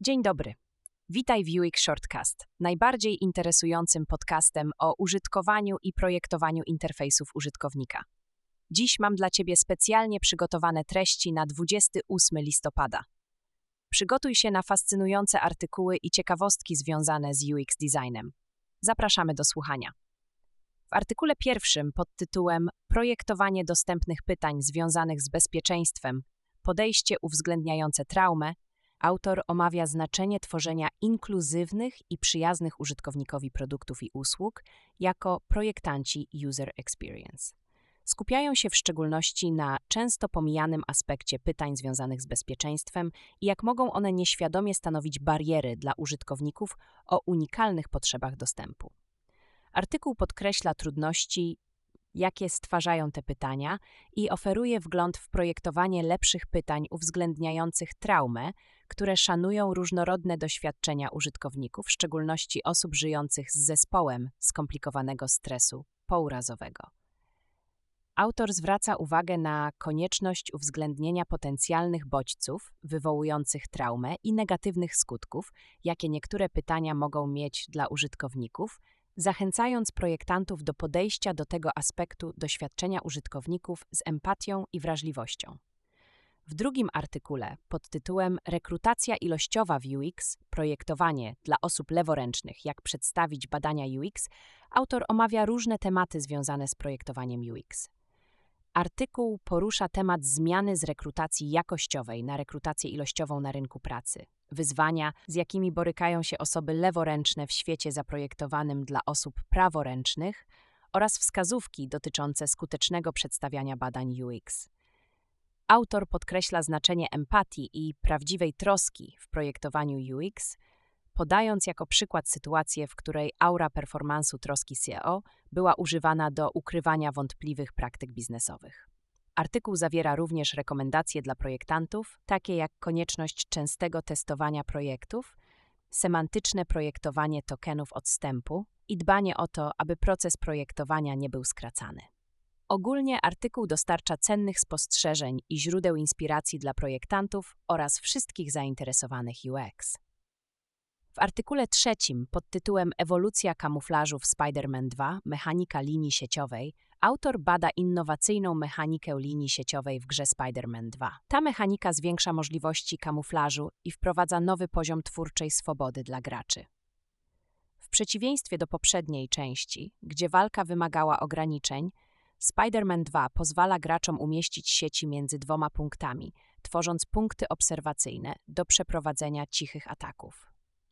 Dzień dobry. Witaj w UX Shortcast, najbardziej interesującym podcastem o użytkowaniu i projektowaniu interfejsów użytkownika. Dziś mam dla Ciebie specjalnie przygotowane treści na 28 listopada. Przygotuj się na fascynujące artykuły i ciekawostki związane z UX designem. Zapraszamy do słuchania. W artykule pierwszym pod tytułem Projektowanie dostępnych pytań związanych z bezpieczeństwem, podejście uwzględniające traumę, autor omawia znaczenie tworzenia inkluzywnych i przyjaznych użytkownikowi produktów i usług jako projektanci User Experience. Skupiają się w szczególności na często pomijanym aspekcie pytań związanych z bezpieczeństwem i jak mogą one nieświadomie stanowić bariery dla użytkowników o unikalnych potrzebach dostępu. Artykuł podkreśla trudności, jakie stwarzają te pytania i oferuje wgląd w projektowanie lepszych pytań uwzględniających traumę, które szanują różnorodne doświadczenia użytkowników, w szczególności osób żyjących z zespołem skomplikowanego stresu pourazowego. Autor zwraca uwagę na konieczność uwzględnienia potencjalnych bodźców wywołujących traumę i negatywnych skutków, jakie niektóre pytania mogą mieć dla użytkowników, zachęcając projektantów do podejścia do tego aspektu doświadczenia użytkowników z empatią i wrażliwością. W drugim artykule pod tytułem Rekrutacja ilościowa w UX, projektowanie dla osób leworęcznych, jak przedstawić badania UX, autor omawia różne tematy związane z projektowaniem UX. Artykuł porusza temat zmiany z rekrutacji jakościowej na rekrutację ilościową na rynku pracy, wyzwania, z jakimi borykają się osoby leworęczne w świecie zaprojektowanym dla osób praworęcznych oraz wskazówki dotyczące skutecznego przedstawiania badań UX. Autor podkreśla znaczenie empatii i prawdziwej troski w projektowaniu UX, podając jako przykład sytuację, w której aura performansu troski CEO była używana do ukrywania wątpliwych praktyk biznesowych. Artykuł zawiera również rekomendacje dla projektantów, takie jak konieczność częstego testowania projektów, semantyczne projektowanie tokenów odstępu i dbanie o to, aby proces projektowania nie był skracany. Ogólnie artykuł dostarcza cennych spostrzeżeń i źródeł inspiracji dla projektantów oraz wszystkich zainteresowanych UX. W artykule trzecim pod tytułem Ewolucja kamuflażu w Spider-Man 2 – mechanika linii sieciowej autor bada innowacyjną mechanikę linii sieciowej w grze Spider-Man 2. Ta mechanika zwiększa możliwości kamuflażu i wprowadza nowy poziom twórczej swobody dla graczy. W przeciwieństwie do poprzedniej części, gdzie walka wymagała ograniczeń, Spider-Man 2 pozwala graczom umieścić sieci między dwoma punktami, tworząc punkty obserwacyjne do przeprowadzenia cichych ataków.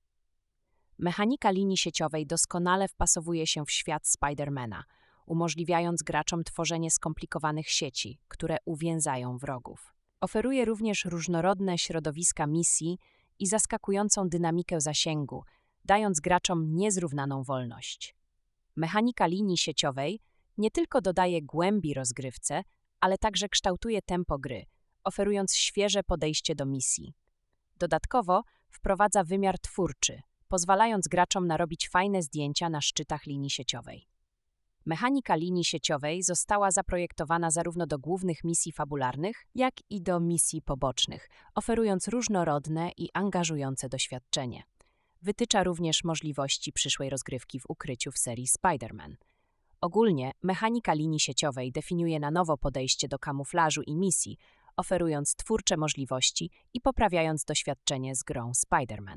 Mechanika linii sieciowej doskonale wpasowuje się w świat Spider-Mana, umożliwiając graczom tworzenie skomplikowanych sieci, które uwięzają wrogów. Oferuje również różnorodne środowiska misji i zaskakującą dynamikę zasięgu, dając graczom niezrównaną wolność. Mechanika linii sieciowej nie tylko dodaje głębi rozgrywce, ale także kształtuje tempo gry, oferując świeże podejście do misji. Dodatkowo wprowadza wymiar twórczy, pozwalając graczom narobić fajne zdjęcia na szczytach linii sieciowej. Mechanika linii sieciowej została zaprojektowana zarówno do głównych misji fabularnych, jak i do misji pobocznych, oferując różnorodne i angażujące doświadczenie. Wytycza również możliwości przyszłej rozgrywki w ukryciu w serii Spider-Man. Ogólnie mechanika linii sieciowej definiuje na nowo podejście do kamuflażu i misji, oferując twórcze możliwości i poprawiając doświadczenie z grą Spider-Man.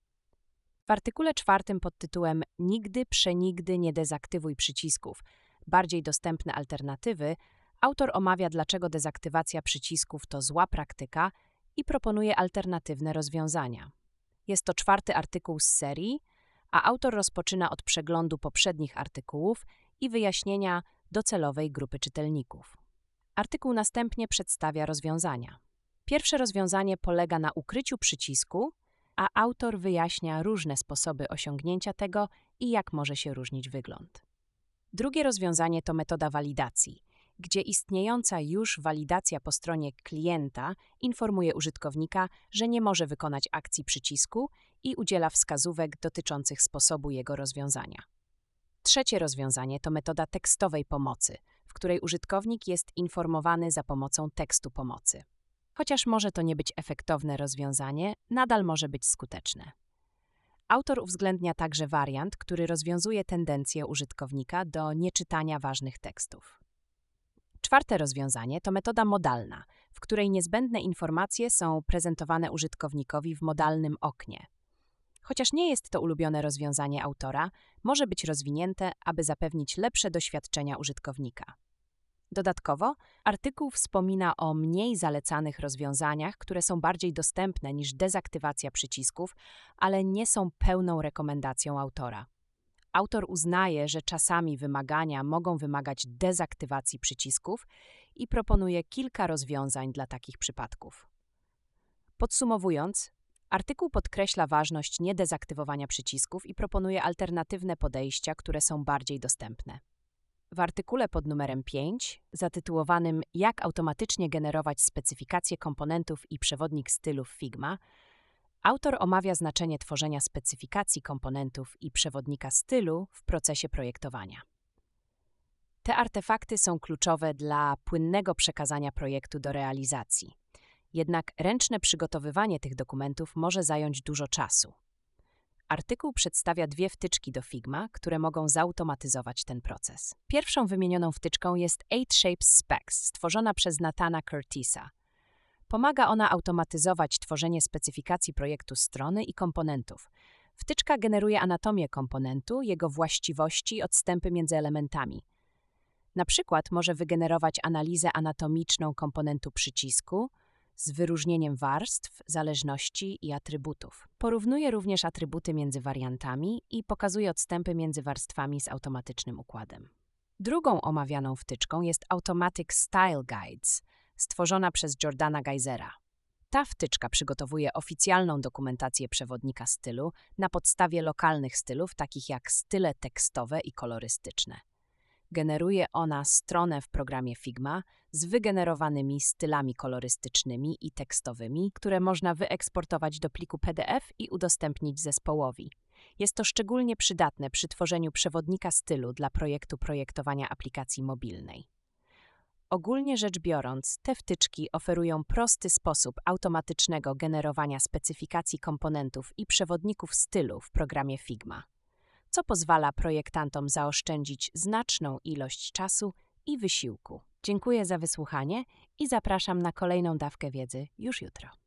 W artykule czwartym pod tytułem Nigdy przenigdy nie dezaktywuj przycisków, bardziej dostępne alternatywy, autor omawia, dlaczego dezaktywacja przycisków to zła praktyka i proponuje alternatywne rozwiązania. Jest to czwarty artykuł z serii, a autor rozpoczyna od przeglądu poprzednich artykułów i wyjaśnienia docelowej grupy czytelników. Artykuł następnie przedstawia rozwiązania. Pierwsze rozwiązanie polega na ukryciu przycisku, a autor wyjaśnia różne sposoby osiągnięcia tego i jak może się różnić wygląd. Drugie rozwiązanie to metoda walidacji, gdzie istniejąca już walidacja po stronie klienta informuje użytkownika, że nie może wykonać akcji przycisku i udziela wskazówek dotyczących sposobu jego rozwiązania. Trzecie rozwiązanie to metoda tekstowej pomocy, w której użytkownik jest informowany za pomocą tekstu pomocy. Chociaż może to nie być efektowne rozwiązanie, nadal może być skuteczne. Autor uwzględnia także wariant, który rozwiązuje tendencję użytkownika do nieczytania ważnych tekstów. Czwarte rozwiązanie to metoda modalna, w której niezbędne informacje są prezentowane użytkownikowi w modalnym oknie. Chociaż nie jest to ulubione rozwiązanie autora, może być rozwinięte, aby zapewnić lepsze doświadczenia użytkownika. Dodatkowo, artykuł wspomina o mniej zalecanych rozwiązaniach, które są bardziej dostępne niż dezaktywacja przycisków, ale nie są pełną rekomendacją autora. Autor uznaje, że czasami wymagania mogą wymagać dezaktywacji przycisków i proponuje kilka rozwiązań dla takich przypadków. Podsumowując, artykuł podkreśla ważność niedezaktywowania przycisków i proponuje alternatywne podejścia, które są bardziej dostępne. W artykule pod numerem 5, zatytułowanym Jak automatycznie generować specyfikacje komponentów i przewodnik stylu w Figma, autor omawia znaczenie tworzenia specyfikacji komponentów i przewodnika stylu w procesie projektowania. Te artefakty są kluczowe dla płynnego przekazania projektu do realizacji. Jednak ręczne przygotowywanie tych dokumentów może zająć dużo czasu. Artykuł przedstawia 2 wtyczki do Figma, które mogą zautomatyzować ten proces. Pierwszą wymienioną wtyczką jest 8Shapes Specs, stworzona przez Nathana Curtisa. Pomaga ona automatyzować tworzenie specyfikacji projektu strony i komponentów. Wtyczka generuje anatomię komponentu, jego właściwości i odstępy między elementami. Na przykład może wygenerować analizę anatomiczną komponentu przycisku z wyróżnieniem warstw, zależności i atrybutów. Porównuje również atrybuty między wariantami i pokazuje odstępy między warstwami z automatycznym układem. Drugą omawianą wtyczką jest Automatic Style Guides, stworzona przez Jordana Geisera. Ta wtyczka przygotowuje oficjalną dokumentację przewodnika stylu na podstawie lokalnych stylów, takich jak style tekstowe i kolorystyczne. Generuje ona stronę w programie Figma z wygenerowanymi stylami kolorystycznymi i tekstowymi, które można wyeksportować do pliku PDF i udostępnić zespołowi. Jest to szczególnie przydatne przy tworzeniu przewodnika stylu dla projektu projektowania aplikacji mobilnej. Ogólnie rzecz biorąc, te wtyczki oferują prosty sposób automatycznego generowania specyfikacji komponentów i przewodników stylu w programie Figma, co pozwala projektantom zaoszczędzić znaczną ilość czasu i wysiłku. Dziękuję za wysłuchanie i zapraszam na kolejną dawkę wiedzy już jutro.